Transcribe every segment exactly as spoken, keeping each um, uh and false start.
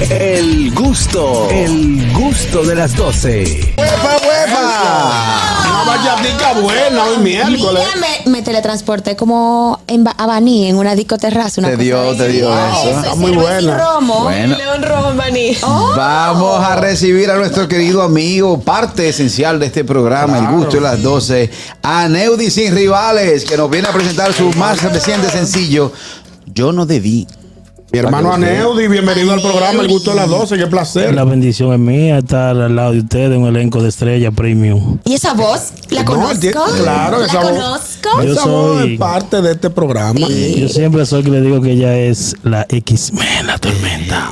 El gusto, el gusto de las doce. ¡Huepa, huepa! Una bachatica buena hoy miércoles. Mira, me, me teletransporté como en Ba- a Baní, en una discoterraza. Una Te cosa dio, de- te dio Ah, eso. Está es muy cerveza y buena. romo. Bueno. León Rojo en Baní. Oh. Vamos a recibir a nuestro querido amigo, parte esencial de este programa, Claro. El Gusto de las doce, a Neudi Sin Rivales, que nos viene a presentar su más reciente sencillo, Yo no debí. Mi hermano Aneudi, bienvenido al programa El Gusto de las doce, qué placer. La bendición es mía estar al lado de ustedes, un elenco de estrella premium. ¿Y esa voz? ¿La No, conozco? tiene- claro, ¿La esa voz. conozco? Yo Esa voz soy- es parte de este programa. Yo siempre soy que le digo que ella es la X-Men, la tormenta.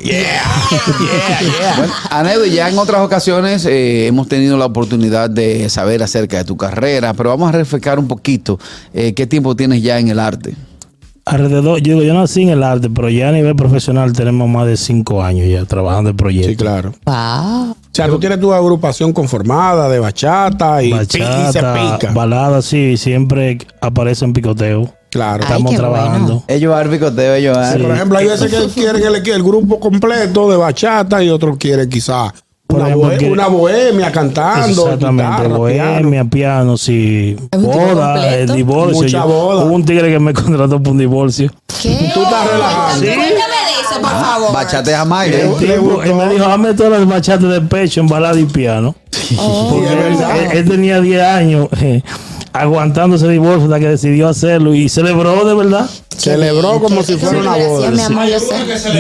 Bueno, a Neudi, ya en otras ocasiones eh, hemos tenido la oportunidad de saber acerca de tu carrera, pero vamos a refrescar un poquito eh, qué tiempo tienes ya en el arte. Alrededor, yo digo, yo nací en el arte, pero ya a nivel profesional tenemos más de cinco años ya trabajando en proyectos. Sí, claro. Wow. O sea, tú tienes tu agrupación conformada de bachata y, pi- y se Bachata, pica. balada, sí, siempre aparece en picoteo. Claro. Ay, Estamos qué trabajando. bueno. Ellos al picoteo, ellos al- Sí. Por ejemplo, hay veces que quieren el, el grupo completo de bachata y otros quieren quizá Por una, ejemplo, bohe- que- una bohemia cantando. Exactamente, guitarra, bohemia, piano, sí. Es un tipo Boda, completo. el divorcio. Mucha Yo- boda. Hubo un tigre que me contrató por un divorcio. ¿Qué? Tú estás relajando. Cuéntame de eso, por favor. Bachate Jamaica. Le- El le tipo, gustó. él me dijo, hazme todas las bachatas de pecho en balada y piano. Oh. Porque Sí, es él, verdad. él- él tenía diez años eh, aguantando ese divorcio hasta que decidió hacerlo y celebró de verdad. Celebró como Qué- si qué fuera una liberación, boda. mi amor, yo sé.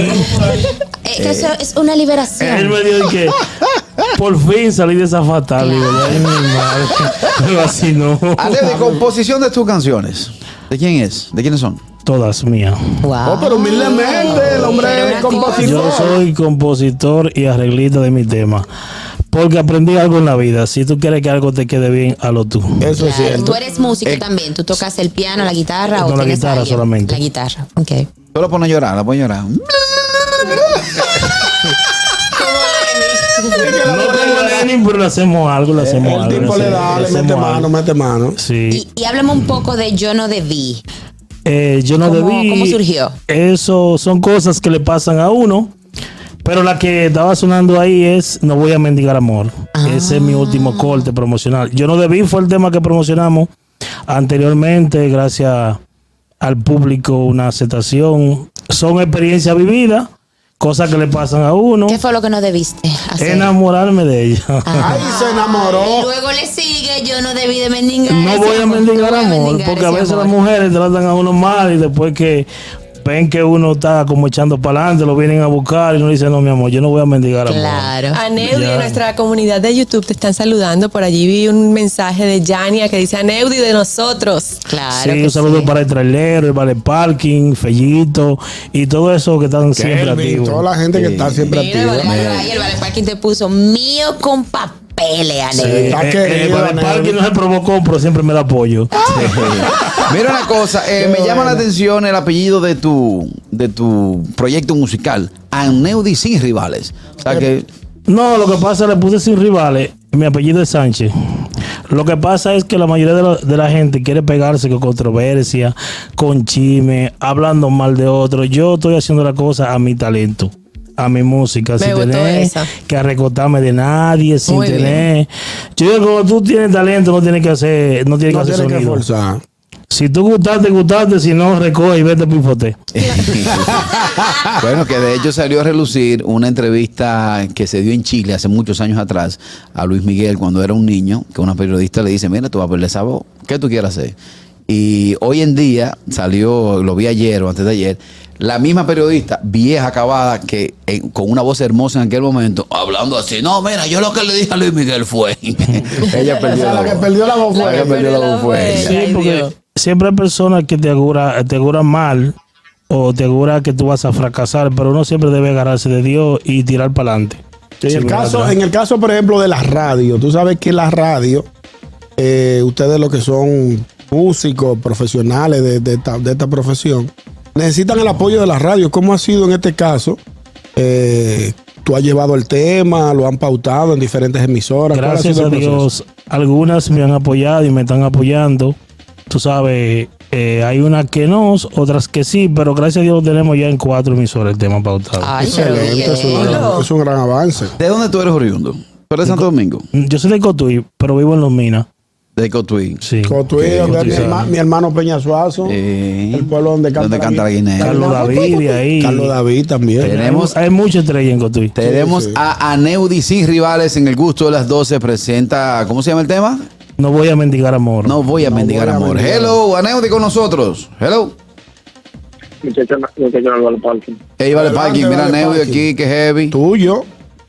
Eh, que eso es una Él liberación. me dijo que por fin salí de esa fatal. Digo, ay, mi madre. Pero así no. A Neudi, composición de tus canciones. ¿De quién es? ¿De quiénes son? Todas mías. Wow. Oh, pero humildemente el hombre Pero es una compositor. Yo soy compositor y arreglista de mi tema. Porque aprendí algo en la vida. Si tú quieres que algo te quede bien, hazlo tú. Eso es Claro, cierto. tú eres músico Eh, también. Tú tocas el piano, la guitarra No, o la tienes a guitarra alguien? solamente. La guitarra. Ok. Tú la pones a llorar, la pones a llorar. No tengo Lenin, pero le hacemos algo, le hacemos El algo. tipo le hacemos- da, le hacemos mete algo. mano, mete mano. Sí. Y, y háblame un poco de Yo no debí. Eh, yo no ¿Cómo- debí. cómo surgió? Eso son cosas que le pasan a uno. Pero la que estaba sonando ahí es No voy a mendigar amor. Ah. Ese es mi último corte promocional. Yo no debí fue el tema que promocionamos anteriormente, gracias al público, una aceptación. Son experiencias vividas, cosas que le pasan a uno. ¿Qué fue lo que no debiste hacer? Enamorarme de ella. Ah. Ay, se enamoró. Y luego le sigue, yo no debí de mendigar. No ese voy a amor, mendigar no voy a amor, mendigar porque a ese veces amor. las mujeres tratan a uno mal y después que ven que uno está como echando para adelante, lo vienen a buscar y uno dice, no, mi amor, yo no voy a mendigar amor. Claro. Aneudi, Ya. en nuestra comunidad de YouTube te están saludando. Por allí vi un mensaje de Yania que dice Aneudi de nosotros. Claro. Sí, que un saludo sí. para el trailero, el vale parking, Fellito y todo eso que están siempre Kelvin, activos. toda la gente que está siempre Mira, el activa. Vale, ahí el Vale Parking te puso mío con papeles, Sí, Aneudi. Está eh, eh, querido, el vale Aneudi. parking no se provocó, pero siempre me da apoyo. Mira una cosa, eh, me llama la atención el apellido de tu, de tu proyecto musical, Aneudi Sin Rivales. O sea que No, lo que pasa, le puse sin rivales. Mi apellido es Sánchez. Lo que pasa es que la mayoría de la, de la gente quiere pegarse con controversia, con chisme, hablando mal de otros. Yo estoy haciendo la cosa a mi talento, a mi música, Me sin gustó tener esa. que arrecotarme de nadie, sin Muy bien. tener. Yo digo, cuando tú tienes talento, no tienes que hacer, no tienes No que hacer tiene que sonido. forzar. Si tú gustaste, gustaste, si no, recoge y vete pifote. bueno, que de hecho salió a relucir una entrevista que se dio en Chile hace muchos años atrás a Luis Miguel cuando era un niño, que una periodista le dice, mira, tú vas a perder esa voz, ¿qué tú quieres hacer? Y hoy en día salió, lo vi ayer o antes de ayer, la misma periodista, vieja, acabada, que eh, con una voz hermosa en aquel momento, hablando así, no, mira, yo lo que le dije a Luis Miguel fue. ella perdió O sea, la, la que voz. perdió la voz La fue que ella. perdió la voz fue ella. Sí, Ay, porque Dios. siempre hay personas que te auguran te auguran mal o te auguran que tú vas a fracasar, pero uno siempre debe agarrarse de Dios y tirar para adelante. En el, caso, en el caso, por ejemplo, de la radio, tú sabes que la radio, eh, ustedes los que son músicos profesionales de, de esta, de esta profesión, necesitan el apoyo de la radio. ¿Cómo ha sido en este caso? Eh, tú has llevado el tema, lo han pautado en diferentes emisoras. ¿Cuál ha Gracias sido a el proceso? Dios, algunas me han apoyado y me están apoyando. tú sabes, eh, hay unas que no, otras que sí, pero gracias a Dios tenemos ya en cuatro emisoras el tema pautado. Ay, pero Excelente, es un, bien. gran, es un gran avance. ¿De dónde tú eres oriundo? ¿Tú eres de Santo Domingo? Yo soy de Cotuí, pero vivo en Los Minas. De Cotuí. Sí. Cotuí, donde Cotuí, mi, sí. herma- mi hermano Peña Suazo, Eh, el pueblo donde canta, donde canta la guinea. Carlos David de ahí. Carlos David también. Tenemos- Hay, hay mucha estrella en Cotuí. Tenemos Sí, sí. a Aneudi Sin Rivales en el gusto de las doce. Presenta, ¿cómo se llama el tema? No voy a mendigar amor. No voy a No mendigar voy a amor. mendigar. Hello, Aneudi con nosotros. Hello. Muchachos, muchachos, no al parking. Hey, vale, Adelante, parking. Mira, vale, Aneudi parking. aquí, que heavy. Tuyo.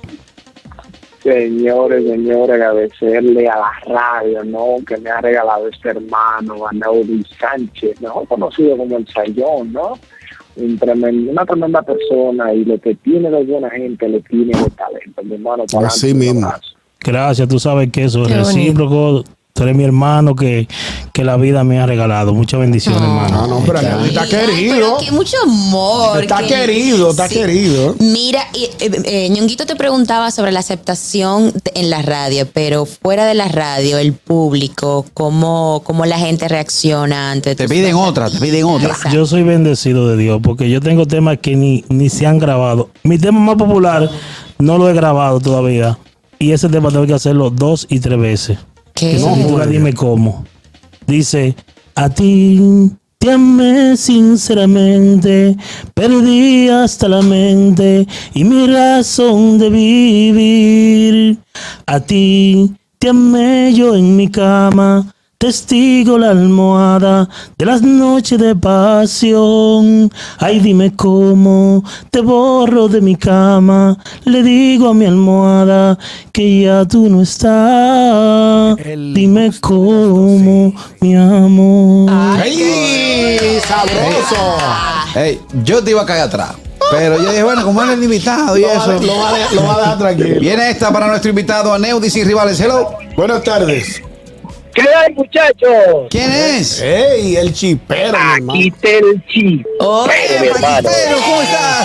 Señores, señores, agradecerle a la radio, ¿no? Que me ha regalado este hermano, Aneudi Sánchez, mejor conocido como el Sayón, ¿no? Un tremendo, una tremenda persona y lo que tiene de buena gente le tiene de talento, mi hermano. para Así adelante, un mismo. abrazo. Gracias, tú sabes que eso es Qué bonito. recíproco. Tú eres mi hermano que, que la vida me ha regalado. Muchas bendiciones, hermano. Ah, no, pero Aneudi está Ay, querido. pero qué mucho amor. Está qué- querido, está querido. Mira, eh, eh, eh, Ñonguito te preguntaba sobre la aceptación de- en la radio, pero fuera de la radio, el público, cómo, cómo la gente reacciona ante Te tus piden cosas. otra, te piden otra. Exacto. Yo soy bendecido de Dios porque yo tengo temas que ni, ni se han grabado. Mi tema más popular no lo he grabado todavía. Y ese tema tengo que hacerlo dos y tres veces. ¿Qué? Que se No, titula joder. Dime Cómo. Dice, a ti te amé sinceramente, perdí hasta la mente y mi razón de vivir. A ti te amé yo en mi cama, testigo la almohada de las noches de pasión. Ay, dime cómo te borro de mi cama. Le digo a mi almohada que ya tú no estás. El Dime cómo, mi amor. ¡Ay! ¡Sabroso! Hey, yo te iba a caer atrás. Pero yo dije, bueno, como eres el invitado y Lo va, eso. a- lo va a de- lo va a dejar tranquilo. Viene esta para nuestro invitado, Aneudi Sin Rivales. Hello. Buenas tardes. ¿Qué hay, muchachos? ¿Quién es? ¡Ey! El chipero, mi hermano. Aquí está el chip. Oye, mi hermano. Chipero, ¿cómo estás?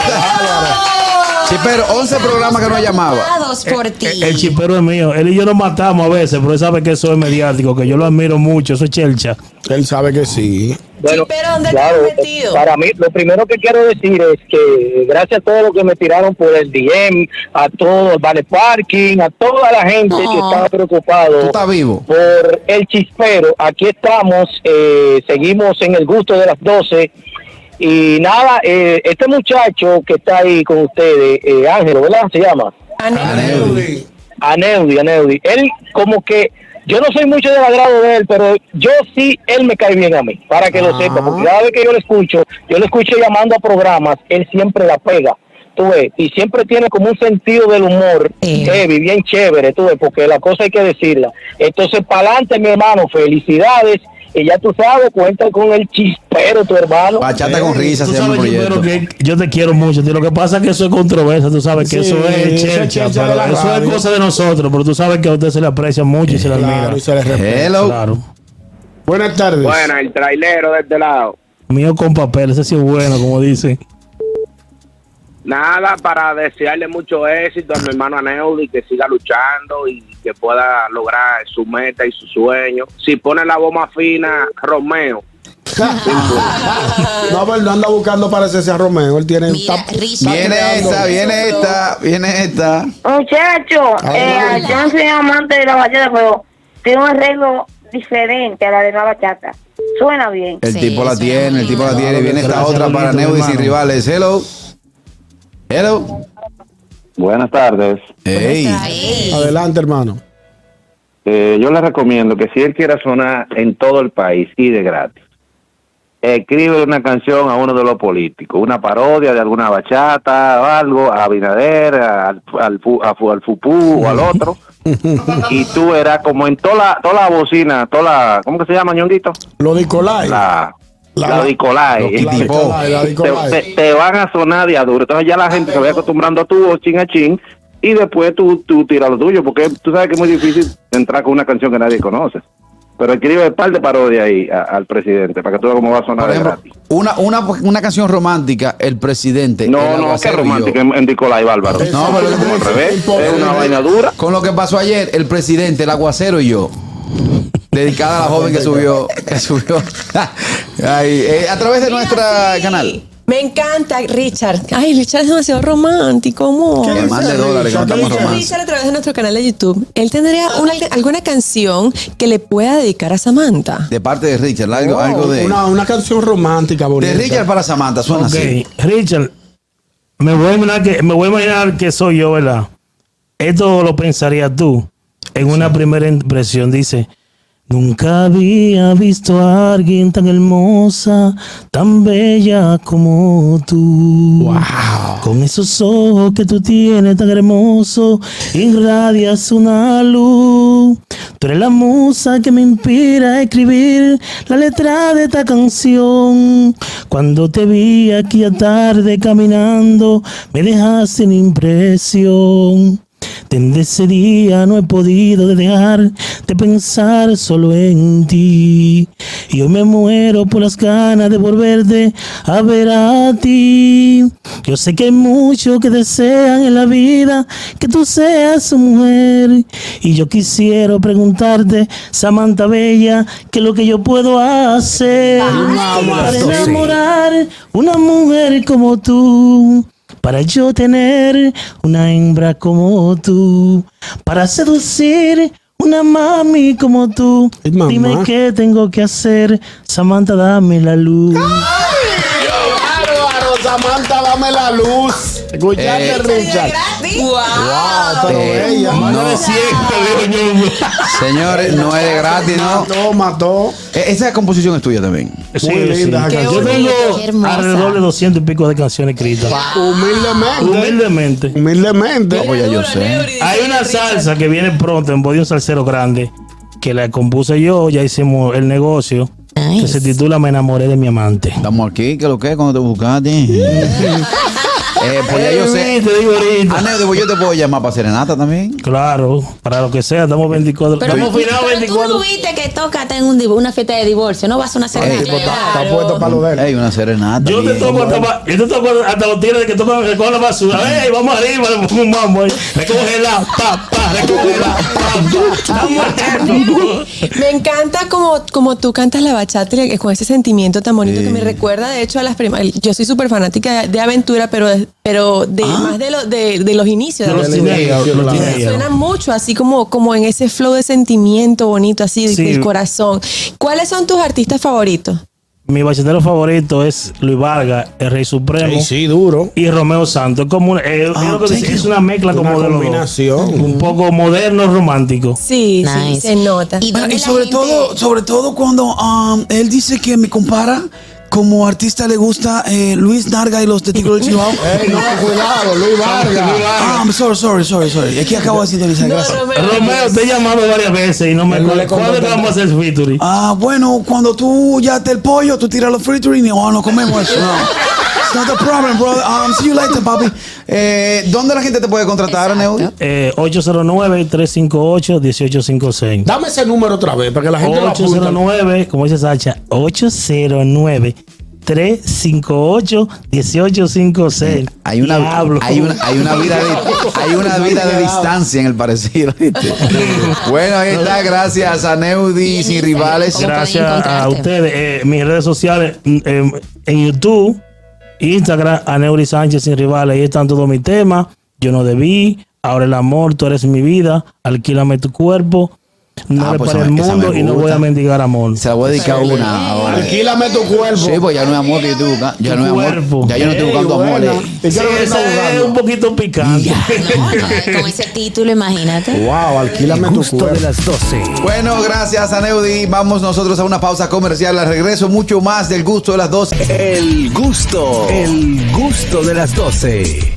Chipero, once programas que no llamaba. Todos por ti. El chipero es mío. Él y yo nos matamos a veces, pero él sabe que eso es mediático, que yo lo admiro mucho. Eso es chelcha. Él sabe que sí. Bueno, Pero ¿dónde claro, te has metido? para mí, lo primero que quiero decir es que gracias a todos los que me tiraron por el D M, a todo el Vale Parking, a toda la gente que Oh. estaba preocupado Tú estás vivo. por el chispero, aquí estamos, eh, seguimos en el gusto de las doce. Y nada, eh, este muchacho que está ahí con ustedes, eh, Ángelo, ¿verdad? Se llama Aneudi. Aneudi, Aneudi. Él como que, yo no soy mucho del agrado de él, pero yo sí, él me cae bien a mí, para que lo Ah. sepa, porque cada vez que yo lo escucho, yo lo escucho llamando a programas, él siempre la pega, tú ves, y siempre tiene como un sentido del humor Sí. heavy, bien chévere, tú ves, porque la cosa hay que decirla. Entonces, para adelante, mi hermano, felicidades, y ya tú sabes, cuenta con el chispero, tu hermano. Bachata con risa Tú se llama el sabes, chipero, proyecto. que yo te quiero mucho, tío. Lo que pasa es que eso es controversia. Tú sabes que Sí, eso eso es es chelcha, chelcha de pero la eso radio. es cosa de nosotros. Pero tú sabes que a usted se le aprecia mucho y se le admira. Claro, y se le respeta. Hello. Claro. Buenas tardes. Bueno, el trailero de este lado. Mío con papel, ese sí es bueno, como dice. Nada, para desearle mucho éxito a mi hermano Aneudi, que siga luchando y que pueda lograr su meta y su sueño. Si pone la bomba fina, Romeo. No, pero no anda buscando parecerse a Romeo. Él tiene. Mira, está- Richie. Viene creando- esta, viene esta, viene esta. Muchacho, Ay, eh, yo no soy amante de la bachata, pero tiene un arreglo diferente a la de la bachata. Suena bien. El Sí, tipo la suena tiene, el tipo la bonito. tiene. Viene esta Gracias, otra para bonito, Aneudi Sin hermano. Rivales. Hello. Hello. Buenas tardes. Hey. Ey. Adelante, hermano. Eh, yo le recomiendo que si él quiere sonar en todo el país y de gratis, escribe una canción a uno de los políticos, una parodia de alguna bachata o algo, a Abinader, al, al, fu- a fu- al Fupú o al otro, y tú verás como en toda la, toda la bocina, toda la, ¿cómo que se llama, Ñonguito? Lo de Nicolai. La, La- la, Nicolai. Lo que La tipo. Nicolai, la te, Nicolai. te- te van a sonar de aduro. Entonces ya la gente se va acostumbrando a tu voz chin a chin y después tú, tú tiras lo tuyo, porque tú sabes que es muy difícil entrar con una canción que nadie conoce. Pero escribe un par de parodias ahí a- al presidente para que tú veas cómo va a sonar Por de ejemplo, gratis. una, una, una canción romántica, el presidente. el No, no, qué aguacero y yo. romántica en, en Nicolai Bárbaro. Eso, No, pero es como al eso, revés. imposible. Es una vaina dura. Con lo que pasó ayer, el presidente, el aguacero y yo. Dedicada a la joven que subió. Que subió. Ay, eh, a través de nuestro canal. Me encanta, Richard. Ay, Richard es demasiado romántico, amor. Que mande dólares, que no estamos románticos. Richard, a través de nuestro canal de YouTube, él tendría una, alguna canción que le pueda dedicar a Samantha. De parte de Richard, algo, Oh, algo de. Una, una canción romántica bonita. De Richard para Samantha, suena Ok, así. Richard, me voy a imaginar que, me voy a imaginar que soy yo, ¿verdad? Esto lo pensarías tú. En una primera impresión dice: nunca había visto a alguien tan hermosa, tan bella como tú. Wow. Con esos ojos que tú tienes tan hermosos, irradias una luz. Tú eres la musa que me inspira a escribir la letra de esta canción. Cuando te vi aquella tarde caminando, me dejaste en impresión. Desde ese día no he podido dejar de pensar solo en ti. Y hoy me muero por las ganas de volverte a ver a ti. Yo sé que hay muchos que desean en la vida que tú seas su mujer. Y yo quisiera preguntarte, Samantha Bella, ¿qué es lo que yo puedo hacer para enamorar una mujer como tú? Para yo tener una hembra como tú, para seducir una mami como tú. Ay, mamá. Dime qué tengo que hacer, Samantha, dame la luz. Bárbaro, Samantha, dame la luz. Escuchaste, Eh, Richard. ¡Wow! Wow, pero Eh, ella. no. Mano de ciego, digo yo. Señores, no es de gratis, ¿no? Mató, mató. Eh, Esa composición es tuya también. Sí, Muy linda sí. esa Yo canción. tengo Qué hermosa. alrededor de doscientos y pico de canciones escritas. Humildemente. Humildemente. Humildemente. No, pues ya yo sé. Hay una salsa que viene pronto en voz de un salsero grande que la compuse yo, ya hicimos el negocio, Nice. que se titula Me enamoré de mi amante. Estamos aquí, ¿qué lo que es cuando te buscaste? eh, pues ya yo sé. Te digo ahorita. Ana, yo te puedo llamar para serenata también. Claro, para lo que sea, estamos veinticuatro. Pero, estamos final pero tú veinticuatro. tuviste que toca en un, div- una fiesta de divorcio, no vas a una El serenata. tipo está, está puesto para lo de él. Hay una serenata. Yo te bien. toco hasta, pa- yo te toco hasta los tigres que tocan recoger la basura. ¡Ey, vamos arriba! Le pongo un mambo ahí. Recógela, pa, pa, recógela, pa, pa. Estamos Me encanta como, como tú cantas la bachata y con ese sentimiento tan bonito que me recuerda, de hecho, a las primas. Yo soy súper fanática de, de aventura, pero, pero de más de, lo, de, de los inicios. De los de teenagers, Sí, los claro. teenagers. Suena mucho así como, como en ese flow de sentimiento bonito, así Sí. del corazón. ¿Cuáles son tus artistas favoritos? Mi bachatero favorito es Luis Vargas, el Rey Supremo. Sí, sí, duro. Y Romeo Santos. Es como una, eh, Ah, es lo que thank dice, you. es una mezcla Una como de los dos. combinación. Un poco moderno, romántico. Sí, sí, Nice. se nota. ¿Y Bueno, dónde y la sobre gente- todo, sobre todo cuando um, él dice que me compara como artista le gusta eh, Luis Narga y los Testículos del Chihuahua. Ey, no, cuidado, Luis Vargas. Ah, I'm sorry, sorry, sorry, sorry. Aquí acabo de sintonizar, gracias. Romeo, te he llamado varias veces y no me Él no le acuerdo. ¿Cuándo te contesta. vamos a hacer featuring? Ah, bueno, cuando tú ya te el pollo, tú tiras los frituring y oh, no comemos eso. No. It's not the problem, brother. Um, see you later, papi. Eh, ¿Dónde la gente te puede contratar, Neudi? Eh, ocho cero nueve, tres cinco ocho, uno ocho cinco seis. Dame ese número otra vez para que la gente lo ocho cero apunte. nueve, como dice Sacha, ocho cero nueve, tres cinco ocho, uno ocho cinco seis. Hay una, Diablo. hay una, hay una vida de, hay una vida de distancia en el parecido. ¿viste? Bueno, ahí está. Gracias a Neudi Sin Rivales. ¿Cómo pueden Gracias a encontrarte? ustedes. Eh, mis redes sociales, mm, eh, en YouTube, Instagram, a Neudi Sánchez Sin Rivales. Ahí están todos mis temas. Yo no debí. Ahora el amor, tú eres mi vida. Alquílame tu cuerpo. No Ah, le pues para esa el me- esa me mundo y no voy gusta. a mendigar amor. Se la voy a dedicar una ahora. Alquílame tu cuerpo. Sí, pues ya no es amor que yo estoy buscando. Ya Tu no es amor. cuerpo. Ya yo no estoy Ey, buscando amor. buena. eh. ¿Y qué es Sí, lo que está ese es buscando? un poquito picante. No, no, con ese título, imagínate. Wow, alquílame El tu gusto cuerpo. de las doce. Bueno, gracias a Neudi. Vamos nosotros a una pausa comercial. Al regreso, mucho más del gusto de las dos. El gusto, el gusto de las doce.